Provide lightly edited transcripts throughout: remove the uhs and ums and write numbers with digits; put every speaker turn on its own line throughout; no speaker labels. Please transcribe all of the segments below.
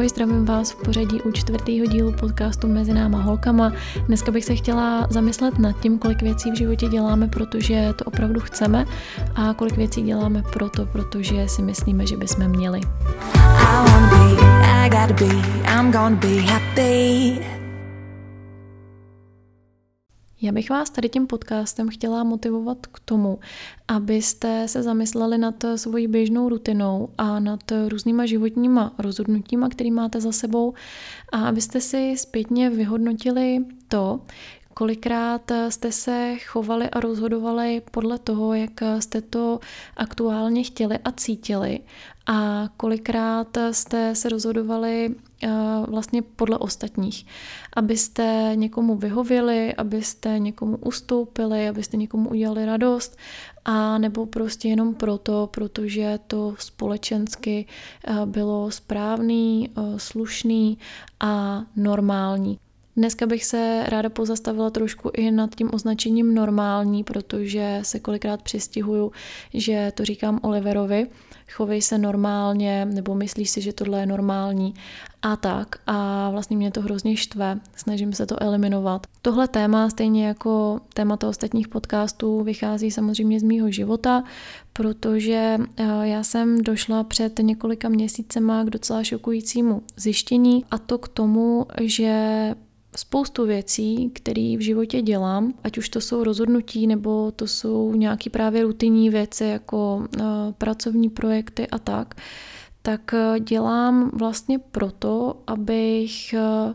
Ahoj, zdravím vás v pořadí u 4. dílu podcastu Mezi náma holkama. Dneska bych se chtěla zamyslet nad tím, kolik věcí v životě děláme, protože to opravdu chceme, a kolik věcí děláme protože si myslíme, že bychom měli. Já bych vás tady tím podcastem chtěla motivovat k tomu, abyste se zamysleli nad svojí běžnou rutinou a nad různýma životníma rozhodnutíma, který máte za sebou, a abyste si zpětně vyhodnotili to, kolikrát jste se chovali a rozhodovali podle toho, jak jste to aktuálně chtěli a cítili, a kolikrát jste se rozhodovali vlastně podle ostatních. Abyste někomu vyhověli, abyste někomu ustoupili, abyste někomu udělali radost, a nebo prostě jenom protože to společensky bylo správný, slušný a normální. Dneska bych se ráda pozastavila trošku i nad tím označením normální, protože se kolikrát přistihuju, že to říkám Oliverovi, chovej se normálně, nebo myslíš si, že tohle je normální a tak. A vlastně mě to hrozně štve, snažím se to eliminovat. Tohle téma, stejně jako témata ostatních podcastů, vychází samozřejmě z mýho života, protože já jsem došla před několika měsícema k docela šokujícímu zjištění, a to k tomu, že spoustu věcí, které v životě dělám, ať už to jsou rozhodnutí, nebo to jsou nějaké právě rutinní věci, jako pracovní projekty a tak dělám vlastně proto, abych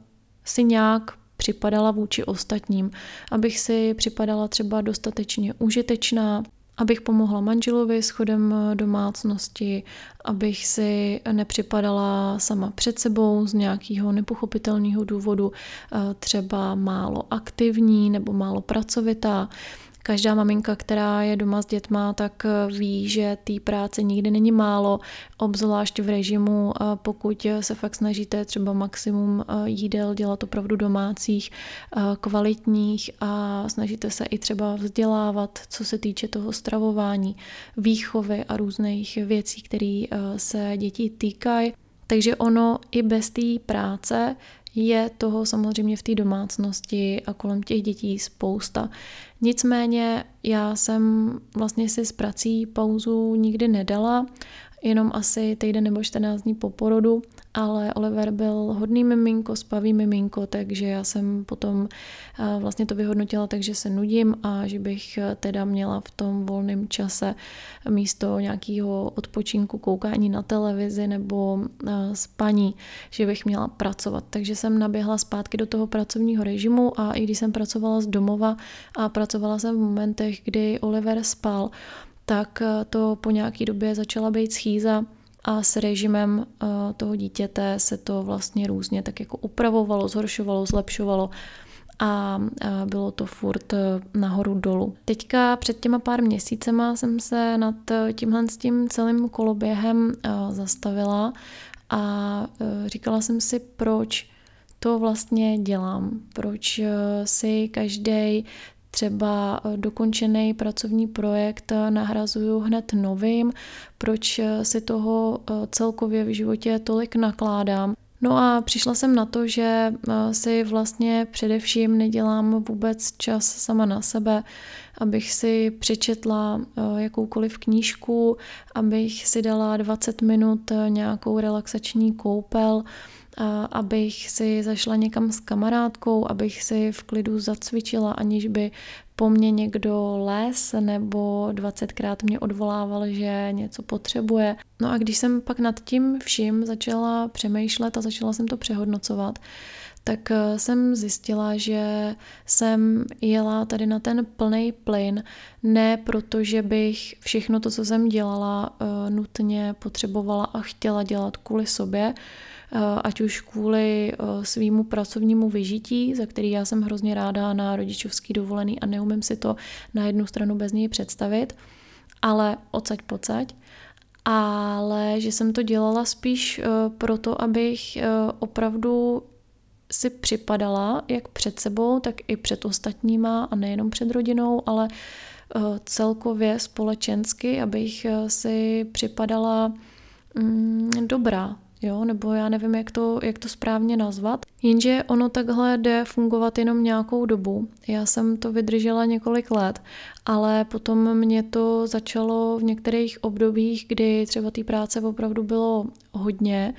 si nějak připadala vůči ostatním, abych si připadala třeba dostatečně užitečná, abych pomohla manželovi s chodem domácnosti, abych si nepřipadala sama před sebou z nějakého nepochopitelného důvodu, třeba málo aktivní nebo málo pracovitá. Každá maminka, která je doma s dětma, tak ví, že té práce nikdy není málo, obzvlášť v režimu, pokud se fakt snažíte třeba maximum jídel dělat opravdu domácích, kvalitních, a snažíte se i třeba vzdělávat, co se týče toho stravování, výchovy a různých věcí, které se dětí týkají. Takže ono i bez té práce je toho samozřejmě v té domácnosti a kolem těch dětí spousta. Nicméně já jsem vlastně si s prací pauzu nikdy nedala, jenom asi týden nebo 14 dní po porodu, ale Oliver byl hodný miminko, spavý miminko, takže já jsem potom vlastně to vyhodnotila, takže se nudím a že bych teda měla v tom volném čase místo nějakého odpočinku, koukání na televizi nebo spaní, že bych měla pracovat. Takže jsem naběhla zpátky do toho pracovního režimu, a i když jsem pracovala z domova a pracovala jsem v momentech, kdy Oliver spal, tak to po nějaký době začala být schýza, a s režimem toho dítěte se to vlastně různě tak jako upravovalo, zhoršovalo, zlepšovalo, a bylo to furt nahoru dolů. Teďka před těma pár měsícema jsem se nad tím celým koloběhem zastavila a říkala jsem si, proč to vlastně dělám, proč si každý třeba dokončený pracovní projekt nahrazuju hned novým, proč si toho celkově v životě tolik nakládám. No a přišla jsem na to, že si vlastně především nedělám vůbec čas sama na sebe, abych si přečetla jakoukoliv knížku, abych si dala 20 minut nějakou relaxační koupel, abych si zašla někam s kamarádkou, abych si v klidu zacvičila, aniž by po mně někdo les nebo 20krát mě odvolával, že něco potřebuje. No a když jsem pak nad tím vším začala přemýšlet a začala jsem to přehodnocovat, tak jsem zjistila, že jsem jela tady na ten plný plyn, ne protože bych všechno to, co jsem dělala, nutně potřebovala a chtěla dělat kvůli sobě, ať už kvůli svýmu pracovnímu vyžití, za který já jsem hrozně ráda na rodičovský dovolený a neumím si to na jednu stranu bez něj představit, ale odsaď pocať. Ale že jsem to dělala spíš proto, abych opravdu si připadala jak před sebou, tak i před ostatníma, a nejenom před rodinou, ale celkově společensky, abych si připadala dobrá, jo, nebo já nevím, jak to správně nazvat. Jenže ono takhle jde fungovat jenom nějakou dobu. Já jsem to vydržela několik let, ale potom mě to začalo v některých obdobích, kdy třeba té práce opravdu bylo hodně,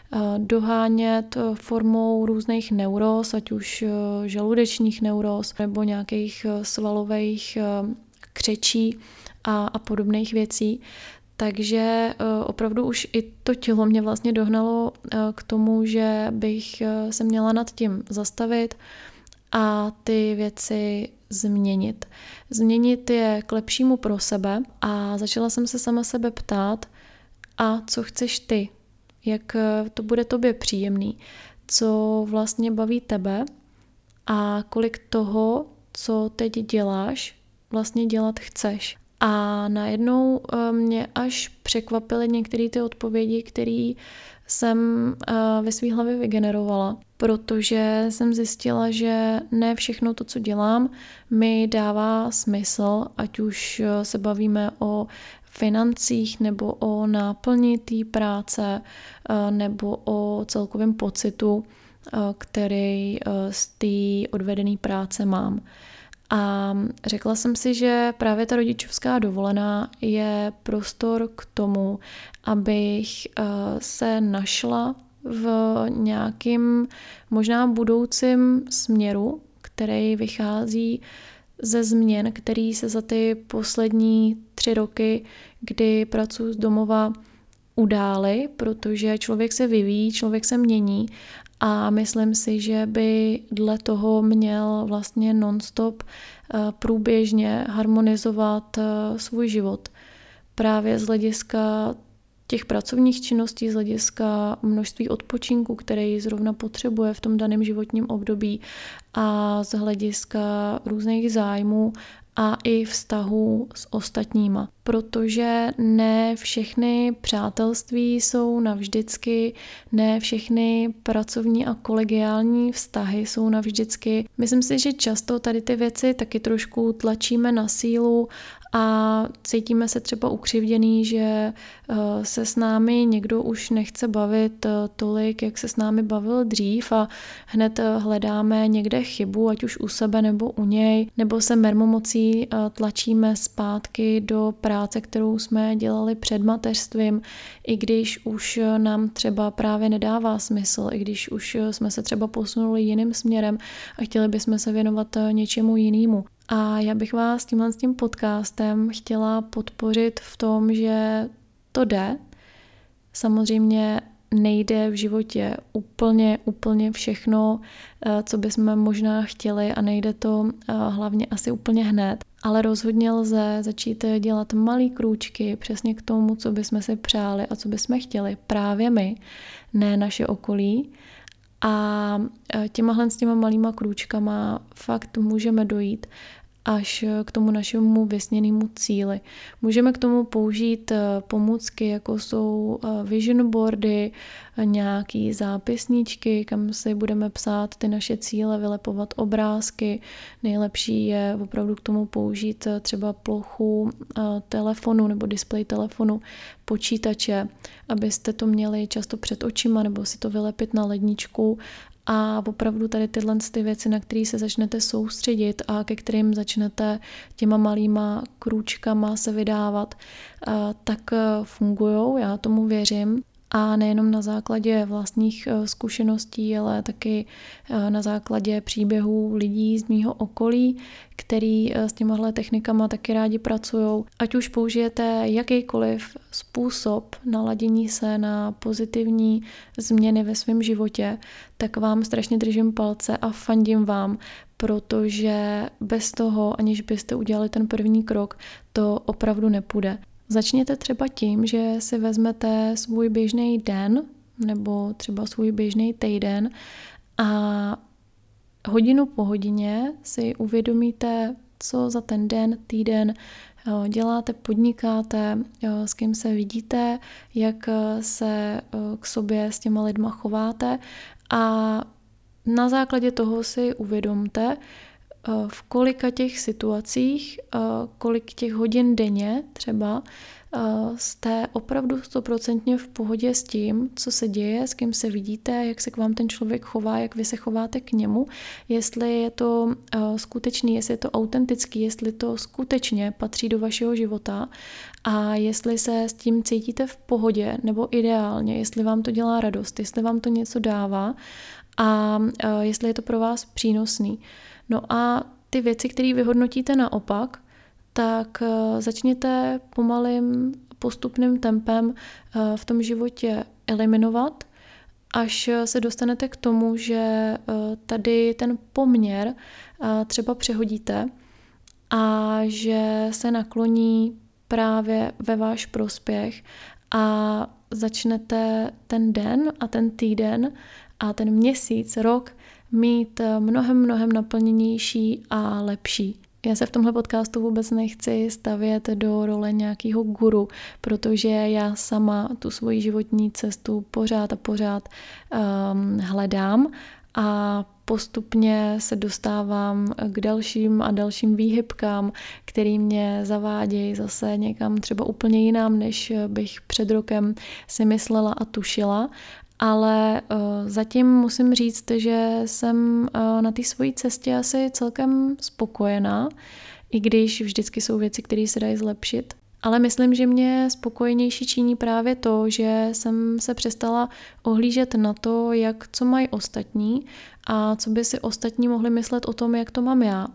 dohánět formou různých neuróz, ať už žaludečních neuróz nebo nějakých svalových křečí a podobných věcí. Takže opravdu už i to tělo mě vlastně dohnalo k tomu, že bych se měla nad tím zastavit a ty věci změnit. Změnit je k lepšímu pro sebe a začala jsem se sama sebe ptát, a co chceš ty? Jak to bude tobě příjemný? Co vlastně baví tebe? A kolik toho, co teď děláš, vlastně dělat chceš? A najednou mě až překvapily některé ty odpovědi, které jsem ve své hlavě vygenerovala, protože jsem zjistila, že ne všechno to, co dělám, mi dává smysl, ať už se bavíme o financích nebo o náplni té práce nebo o celkovém pocitu, který z té odvedené práce mám. A řekla jsem si, že právě ta rodičovská dovolená je prostor k tomu, abych se našla v nějakým možná budoucím směru, který vychází ze změn, který se za ty poslední 3 roky, kdy pracuji z domova, udály, protože člověk se vyvíjí, člověk se mění a myslím si, že by dle toho měl vlastně non-stop průběžně harmonizovat svůj život. Právě z hlediska těch pracovních činností, z hlediska množství odpočinku, který zrovna potřebuje v tom daném životním období a z hlediska různých zájmů a i vztahů s ostatníma. Protože ne všechny přátelství jsou navždycky, ne všechny pracovní a kolegiální vztahy jsou navždycky. Myslím si, že často tady ty věci taky trošku tlačíme na sílu a cítíme se třeba ukřivděný, že se s námi někdo už nechce bavit tolik, jak se s námi bavil dřív a hned hledáme někde chybu, ať už u sebe nebo u něj, nebo se mermomocí tlačíme zpátky do práce, kterou jsme dělali před mateřstvím, i když už nám třeba právě nedává smysl, i když už jsme se třeba posunuli jiným směrem a chtěli bychom se věnovat něčemu jinému. A já bych vás s tím podcastem chtěla podpořit v tom, že to jde. Samozřejmě nejde v životě úplně všechno, co bychom možná chtěli a nejde to hlavně asi úplně hned. Ale rozhodně lze začít dělat malý krůčky přesně k tomu, co bychom si přáli a co bychom chtěli. Právě my, ne naše okolí. A těma malýma krůčkama fakt můžeme dojít až k tomu našemu vysněnému cíli. Můžeme k tomu použít pomůcky, jako jsou vision boardy, nějaký zápisníčky, kam si budeme psát ty naše cíle, vylepovat obrázky. Nejlepší je opravdu k tomu použít třeba plochu telefonu nebo displej telefonu, počítače, abyste to měli často před očima nebo si to vylepit na ledničku. A opravdu tady tyhle ty věci, na které se začnete soustředit a ke kterým začnete těma malýma krůčkama se vydávat, tak fungujou, já tomu věřím. A nejenom na základě vlastních zkušeností, ale taky na základě příběhů lidí z mýho okolí, který s těmahle technikama taky rádi pracují. Ať už použijete jakýkoliv způsob naladění se na pozitivní změny ve svém životě, tak vám strašně držím palce a fandím vám, protože bez toho, aniž byste udělali ten první krok, to opravdu nepůjde. Začněte třeba tím, že si vezmete svůj běžný den nebo třeba svůj běžný týden a hodinu po hodině si uvědomíte, co za ten den, týden děláte, podnikáte, s kým se vidíte, jak se k sobě s těma lidma chováte a na základě toho si uvědomte, v kolika těch situacích, kolik těch hodin denně třeba jste opravdu 100% v pohodě s tím, co se děje, s kým se vidíte, jak se k vám ten člověk chová, jak vy se chováte k němu, jestli je to skutečný, jestli je to autentický, jestli to skutečně patří do vašeho života a jestli se s tím cítíte v pohodě nebo ideálně, jestli vám to dělá radost, jestli vám to něco dává a jestli je to pro vás přínosný. No a ty věci, které vyhodnotíte naopak, tak začněte pomalým postupným tempem v tom životě eliminovat, až se dostanete k tomu, že tady ten poměr třeba přehodíte a že se nakloní právě ve váš prospěch a začnete ten den a ten týden a ten měsíc, rok mít mnohem naplněnější a lepší. Já se v tomhle podcastu vůbec nechci stavět do role nějakého guru, protože já sama tu svoji životní cestu pořád hledám a postupně se dostávám k dalším a dalším výhybkám, který mě zavádějí zase někam třeba úplně jinam, než bych před rokem si myslela a tušila. Ale zatím musím říct, že jsem na té svojí cestě asi celkem spokojená, i když vždycky jsou věci, které se dají zlepšit. Ale myslím, že mě spokojenější činí právě to, že jsem se přestala ohlížet na to, jak co mají ostatní a co by si ostatní mohli myslet o tom, jak to mám já.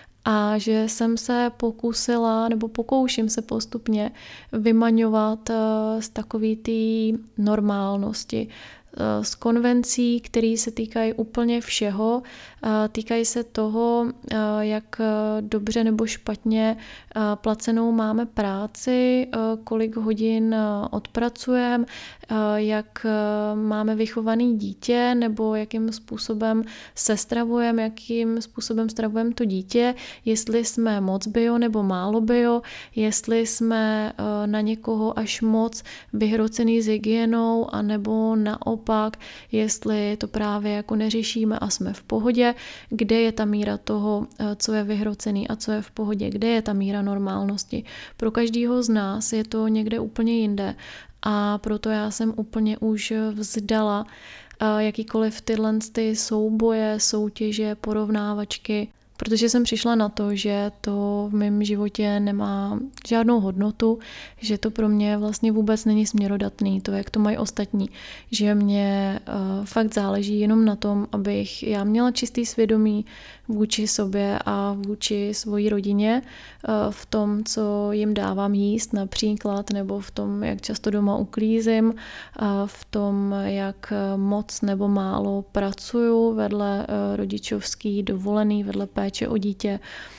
A že jsem se pokusila, nebo pokouším se postupně vymaňovat z takový té normálnosti, z konvencí, které se týkají úplně všeho, týkají se toho, jak dobře nebo špatně placenou máme práci, kolik hodin odpracujeme, jak máme vychovaný dítě, nebo jakým způsobem se stravujeme, jakým způsobem stravujeme to dítě, jestli jsme moc bio nebo málo bio, jestli jsme na někoho až moc vyhrocený s hygienou, anebo naopak, jestli to právě jako neřešíme a jsme v pohodě, kde je ta míra toho, co je vyhrocený a co je v pohodě, kde je ta míra normálnosti. Pro každého z nás je to někde úplně jinde a proto já jsem úplně už vzdala jakýkoliv tyhle ty souboje, soutěže, porovnávačky, protože jsem přišla na to, že to v mém životě nemá žádnou hodnotu, že to pro mě vlastně vůbec není směrodatný, to, jak to mají ostatní, že mě fakt záleží jenom na tom, abych já měla čistý svědomí vůči sobě a vůči svojí rodině v tom, co jim dávám jíst například, nebo v tom, jak často doma uklízím, v tom, jak moc nebo málo pracuju vedle rodičovský dovolený, vedle péče o dítě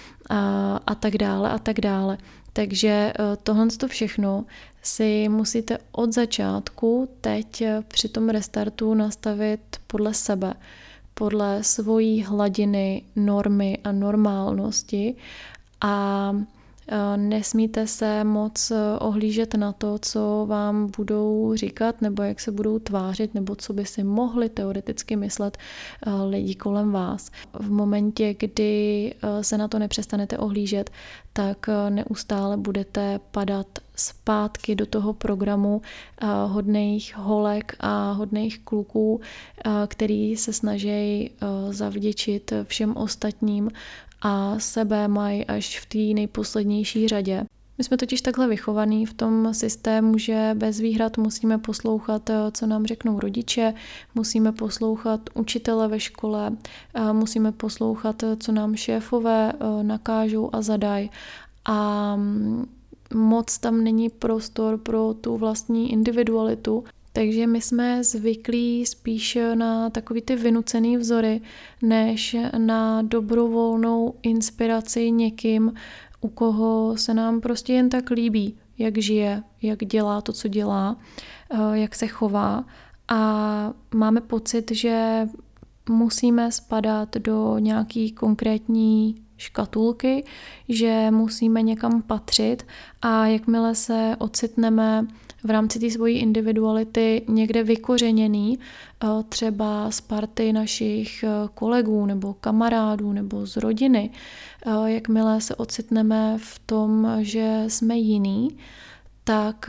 a tak dále a tak dále. Takže tohle všechno si musíte od začátku teď při tom restartu nastavit podle sebe, podle svojí hladiny, normy a normálnosti a nesmíte se moc ohlížet na to, co vám budou říkat nebo jak se budou tvářit nebo co by si mohli teoreticky myslet lidi kolem vás. V momentě, kdy se na to nepřestanete ohlížet, tak neustále budete padat zpátky do toho programu hodných holek a hodných kluků, který se snaží zavděčit všem ostatním a sebe mají až v té nejposlednější řadě. My jsme totiž takhle vychovaní v tom systému, že bez výhrad musíme poslouchat, co nám řeknou rodiče, musíme poslouchat učitele ve škole, musíme poslouchat, co nám šéfové nakážou a zadají. A moc tam není prostor pro tu vlastní individualitu. Takže my jsme zvyklí spíš na takový ty vynucený vzory, než na dobrovolnou inspiraci někým, u koho se nám prostě jen tak líbí, jak žije, jak dělá to, co dělá, jak se chová. A máme pocit, že musíme spadat do nějaký konkrétní škatulky, že musíme někam patřit a jakmile se ocitneme v rámci té svojí individuality někde vykořeněný, třeba z party našich kolegů nebo kamarádů nebo z rodiny, jakmile se ocitneme v tom, že jsme jiný, tak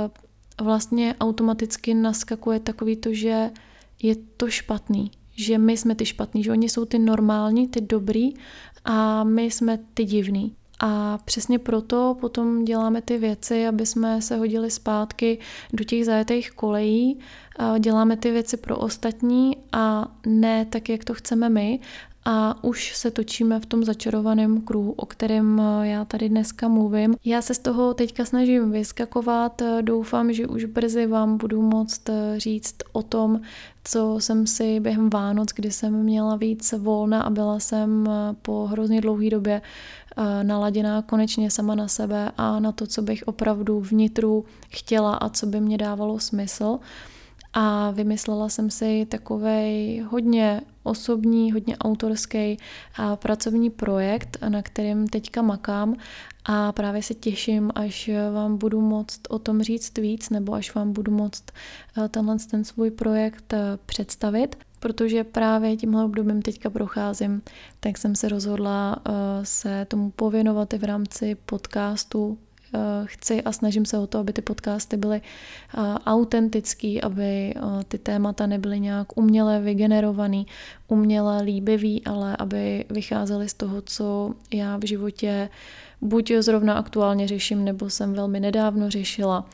vlastně automaticky naskakuje takový to, že je to špatný, že my jsme ty špatný, že oni jsou ty normální, ty dobrý a my jsme ty divný. A přesně proto potom děláme ty věci, aby jsme se hodili zpátky do těch zajetých kolejí, děláme ty věci pro ostatní a ne tak, jak to chceme my. A už se točíme v tom začarovaném kruhu, o kterém já tady dneska mluvím. Já se z toho teďka snažím vyskakovat, doufám, že už brzy vám budu moct říct o tom, co jsem si během Vánoc, kdy jsem měla víc volna a byla jsem po hrozně dlouhé době naladěná konečně sama na sebe a na to, co bych opravdu vnitru chtěla a co by mě dávalo smysl. A vymyslela jsem si takovej hodně osobní, hodně autorský a pracovní projekt, na kterém teďka makám a právě se těším, až vám budu moct o tom říct víc nebo až vám budu moct ten svůj projekt představit, protože právě tímhle obdobím teďka procházím, tak jsem se rozhodla se tomu pověnovat i v rámci podcastu. Chci a snažím se o to, aby ty podcasty byly autentický, aby ty témata nebyly nějak uměle vygenerovaný, uměle líbivý, ale aby vycházely z toho, co já v životě buď zrovna aktuálně řeším, nebo jsem velmi nedávno řešila.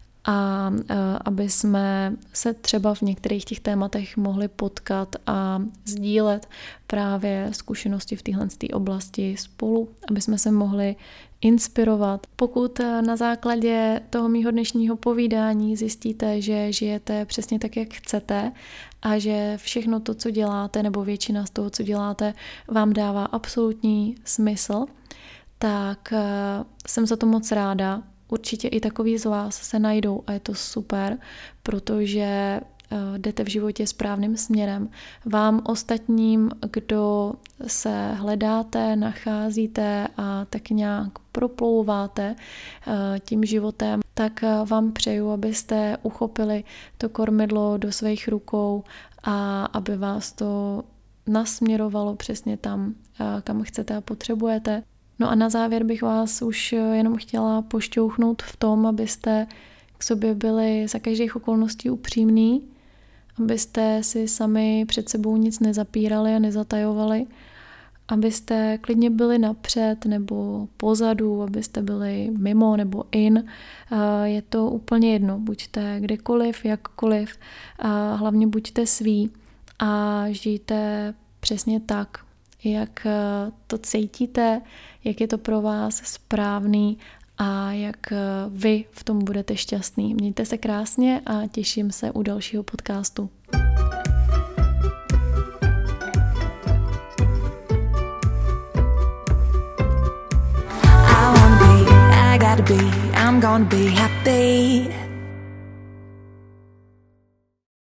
A aby jsme se třeba v některých těch tématech mohli potkat a sdílet právě zkušenosti v téhle oblasti spolu, aby jsme se mohli inspirovat. Pokud na základě toho mýho dnešního povídání zjistíte, že žijete přesně tak, jak chcete a že všechno to, co děláte, nebo většina z toho, co děláte, vám dává absolutní smysl, tak jsem za to moc ráda. Určitě i takový z vás se najdou a je to super, protože jdete v životě správným směrem. Vám ostatním, kdo se hledáte, nacházíte a tak nějak proplouváte tím životem, tak vám přeju, abyste uchopili to kormidlo do svých rukou a aby vás to nasměrovalo přesně tam, kam chcete a potřebujete. No a na závěr bych vás už jenom chtěla pošťouchnout v tom, abyste k sobě byli za každých okolností upřímní, abyste si sami před sebou nic nezapírali a nezatajovali, abyste klidně byli napřed nebo pozadu, abyste byli mimo nebo in. Je to úplně jedno, buďte kdekoliv, jakkoliv, a hlavně buďte sví a žijte přesně tak, jak to cítíte, jak je to pro vás správný a jak vy v tom budete šťastný. Mějte se krásně a těším se u dalšího podcastu.
I'm gonna be happy.